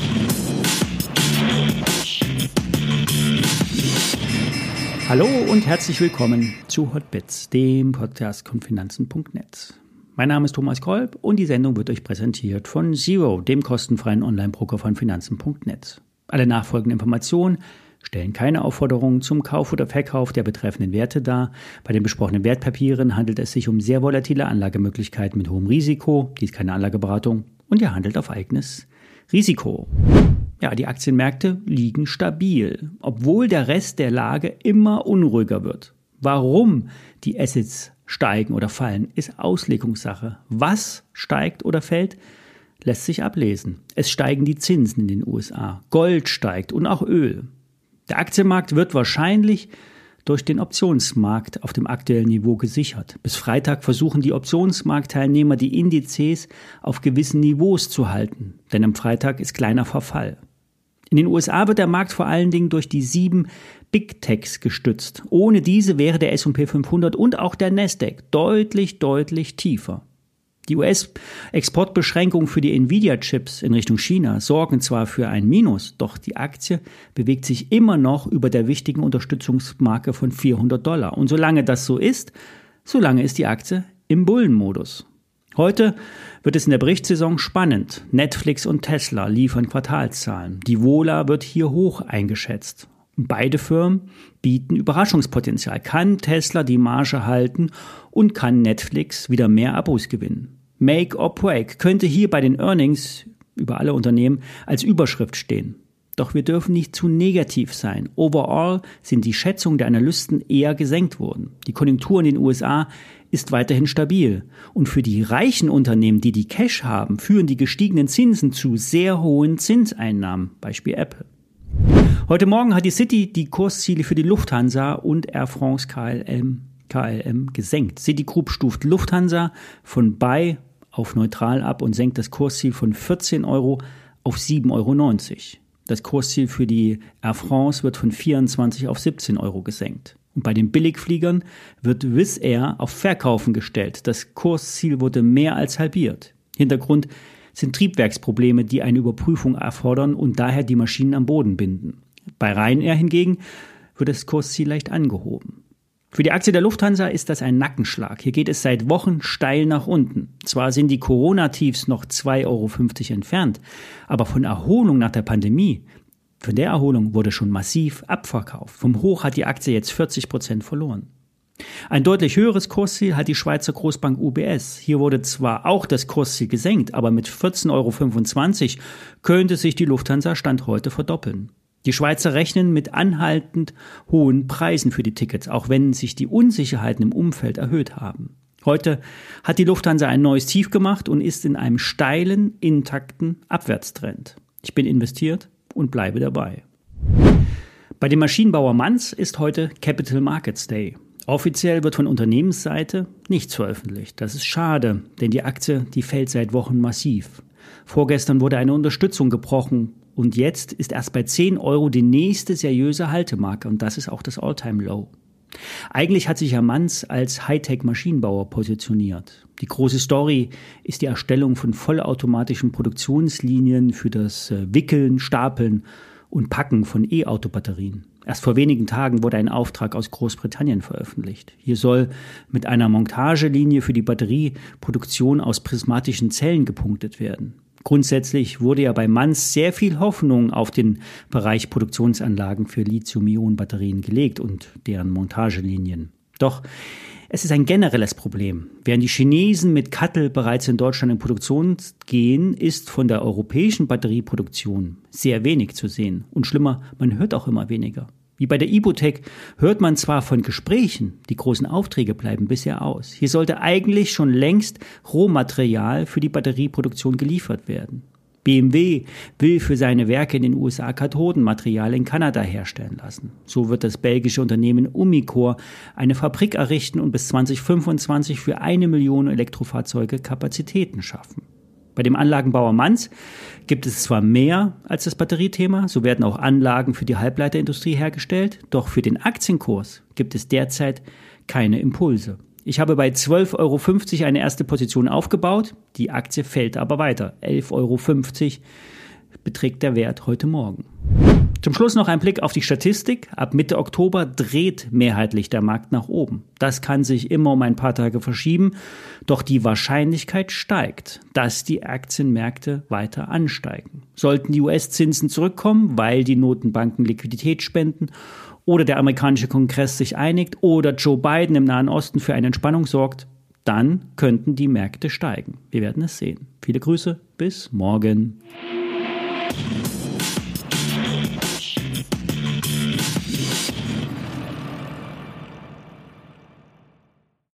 Hallo und herzlich willkommen zu Hotbits, dem Podcast von Finanzen.net. Mein Name ist Thomas Kolb und die Sendung wird euch präsentiert von Zero, dem kostenfreien Online-Broker von Finanzen.net. Alle nachfolgenden Informationen stellen keine Aufforderungen zum Kauf oder Verkauf der betreffenden Werte dar. Bei den besprochenen Wertpapieren handelt es sich um sehr volatile Anlagemöglichkeiten mit hohem Risiko. Dies ist keine Anlageberatung und ihr handelt auf eigenes Risiko. Ja, die Aktienmärkte liegen stabil, obwohl der Rest der Lage immer unruhiger wird. Warum die Assets steigen oder fallen, ist Auslegungssache. Was steigt oder fällt, lässt sich ablesen. Es steigen die Zinsen in den USA, Gold steigt und auch Öl. Der Aktienmarkt wird wahrscheinlich durch den Optionsmarkt auf dem aktuellen Niveau gesichert. Bis Freitag versuchen die Optionsmarktteilnehmer, die Indizes auf gewissen Niveaus zu halten, denn am Freitag ist kleiner Verfall. In den USA wird der Markt vor allen Dingen durch die 7 Big Techs gestützt. Ohne diese wäre der S&P 500 und auch der Nasdaq deutlich tiefer. Die US-Exportbeschränkungen für die Nvidia-Chips in Richtung China sorgen zwar für ein Minus, doch die Aktie bewegt sich immer noch über der wichtigen Unterstützungsmarke von $400. Und solange das so ist, solange ist die Aktie im Bullenmodus. Heute wird es in der Berichtssaison spannend. Netflix und Tesla liefern Quartalszahlen. Die Vola wird hier hoch eingeschätzt. Beide Firmen bieten Überraschungspotenzial. Kann Tesla die Marge halten und kann Netflix wieder mehr Abos gewinnen? Make or break könnte hier bei den Earnings über alle Unternehmen als Überschrift stehen. Doch wir dürfen nicht zu negativ sein. Overall sind die Schätzungen der Analysten eher gesenkt worden. Die Konjunktur in den USA ist weiterhin stabil. Und für die reichen Unternehmen, die Cash haben, führen die gestiegenen Zinsen zu sehr hohen Zinseinnahmen. Beispiel Apple. Heute Morgen hat die Citi die Kursziele für die Lufthansa und Air France KLM gesenkt. Citigroup stuft Lufthansa von Buy auf neutral ab und senkt das Kursziel von 14 Euro auf 7,90 Euro. Das Kursziel für die Air France wird von 24 auf 17 Euro gesenkt. Und bei den Billigfliegern wird Wizz Air auf Verkaufen gestellt. Das Kursziel wurde mehr als halbiert. Hintergrund sind Triebwerksprobleme, die eine Überprüfung erfordern und daher die Maschinen am Boden binden. Bei Ryanair hingegen wird das Kursziel leicht angehoben. Für die Aktie der Lufthansa ist das ein Nackenschlag. Hier geht es seit Wochen steil nach unten. Zwar sind die Corona-Tiefs noch 2,50 Euro entfernt, aber von Erholung nach der Pandemie, von der Erholung wurde schon massiv abverkauft. Vom Hoch hat die Aktie jetzt 40% verloren. Ein deutlich höheres Kursziel hat die Schweizer Großbank UBS. Hier wurde zwar auch das Kursziel gesenkt, aber mit 14,25 Euro könnte sich die Lufthansa Stand heute verdoppeln. Die Schweizer rechnen mit anhaltend hohen Preisen für die Tickets, auch wenn sich die Unsicherheiten im Umfeld erhöht haben. Heute hat die Lufthansa ein neues Tief gemacht und ist in einem steilen, intakten Abwärtstrend. Ich bin investiert und bleibe dabei. Bei dem Maschinenbauer Manz ist heute Capital Markets Day. Offiziell wird von Unternehmensseite nichts veröffentlicht. Das ist schade, denn die Aktie, die fällt seit Wochen massiv. Vorgestern wurde eine Unterstützung gebrochen und jetzt ist erst bei 10 Euro die nächste seriöse Haltemarke und das ist auch das All-Time-Low. Eigentlich hat sich Herr Manz als Hightech-Maschinenbauer positioniert. Die große Story ist die Erstellung von vollautomatischen Produktionslinien für das Wickeln, Stapeln und Packen von E-Auto-Batterien. Erst vor wenigen Tagen wurde ein Auftrag aus Großbritannien veröffentlicht. Hier soll mit einer Montagelinie für die Batterieproduktion aus prismatischen Zellen gepunktet werden. Grundsätzlich wurde ja bei Manz sehr viel Hoffnung auf den Bereich Produktionsanlagen für Lithium-Ionen-Batterien gelegt und deren Montagelinien. Doch es ist ein generelles Problem. Während die Chinesen mit CATL bereits in Deutschland in Produktion gehen, ist von der europäischen Batterieproduktion sehr wenig zu sehen. Und schlimmer, man hört auch immer weniger. Wie bei der Ibotec hört man zwar von Gesprächen, die großen Aufträge bleiben bisher aus. Hier sollte eigentlich schon längst Rohmaterial für die Batterieproduktion geliefert werden. BMW will für seine Werke in den USA Kathodenmaterial in Kanada herstellen lassen. So wird das belgische Unternehmen Umicore eine Fabrik errichten und bis 2025 für 1 Million Elektrofahrzeuge Kapazitäten schaffen. Bei dem Anlagenbauer Manz gibt es zwar mehr als das Batteriethema, so werden auch Anlagen für die Halbleiterindustrie hergestellt, doch für den Aktienkurs gibt es derzeit keine Impulse. Ich habe bei 12,50 € eine erste Position aufgebaut, die Aktie fällt aber weiter. 11,50 € beträgt der Wert heute Morgen. Zum Schluss noch ein Blick auf die Statistik. Ab Mitte Oktober dreht mehrheitlich der Markt nach oben. Das kann sich immer um ein paar Tage verschieben, doch die Wahrscheinlichkeit steigt, dass die Aktienmärkte weiter ansteigen. Sollten die US-Zinsen zurückkommen, weil die Notenbanken Liquidität spenden oder der amerikanische Kongress sich einigt oder Joe Biden im Nahen Osten für eine Entspannung sorgt, dann könnten die Märkte steigen. Wir werden es sehen. Viele Grüße, bis morgen.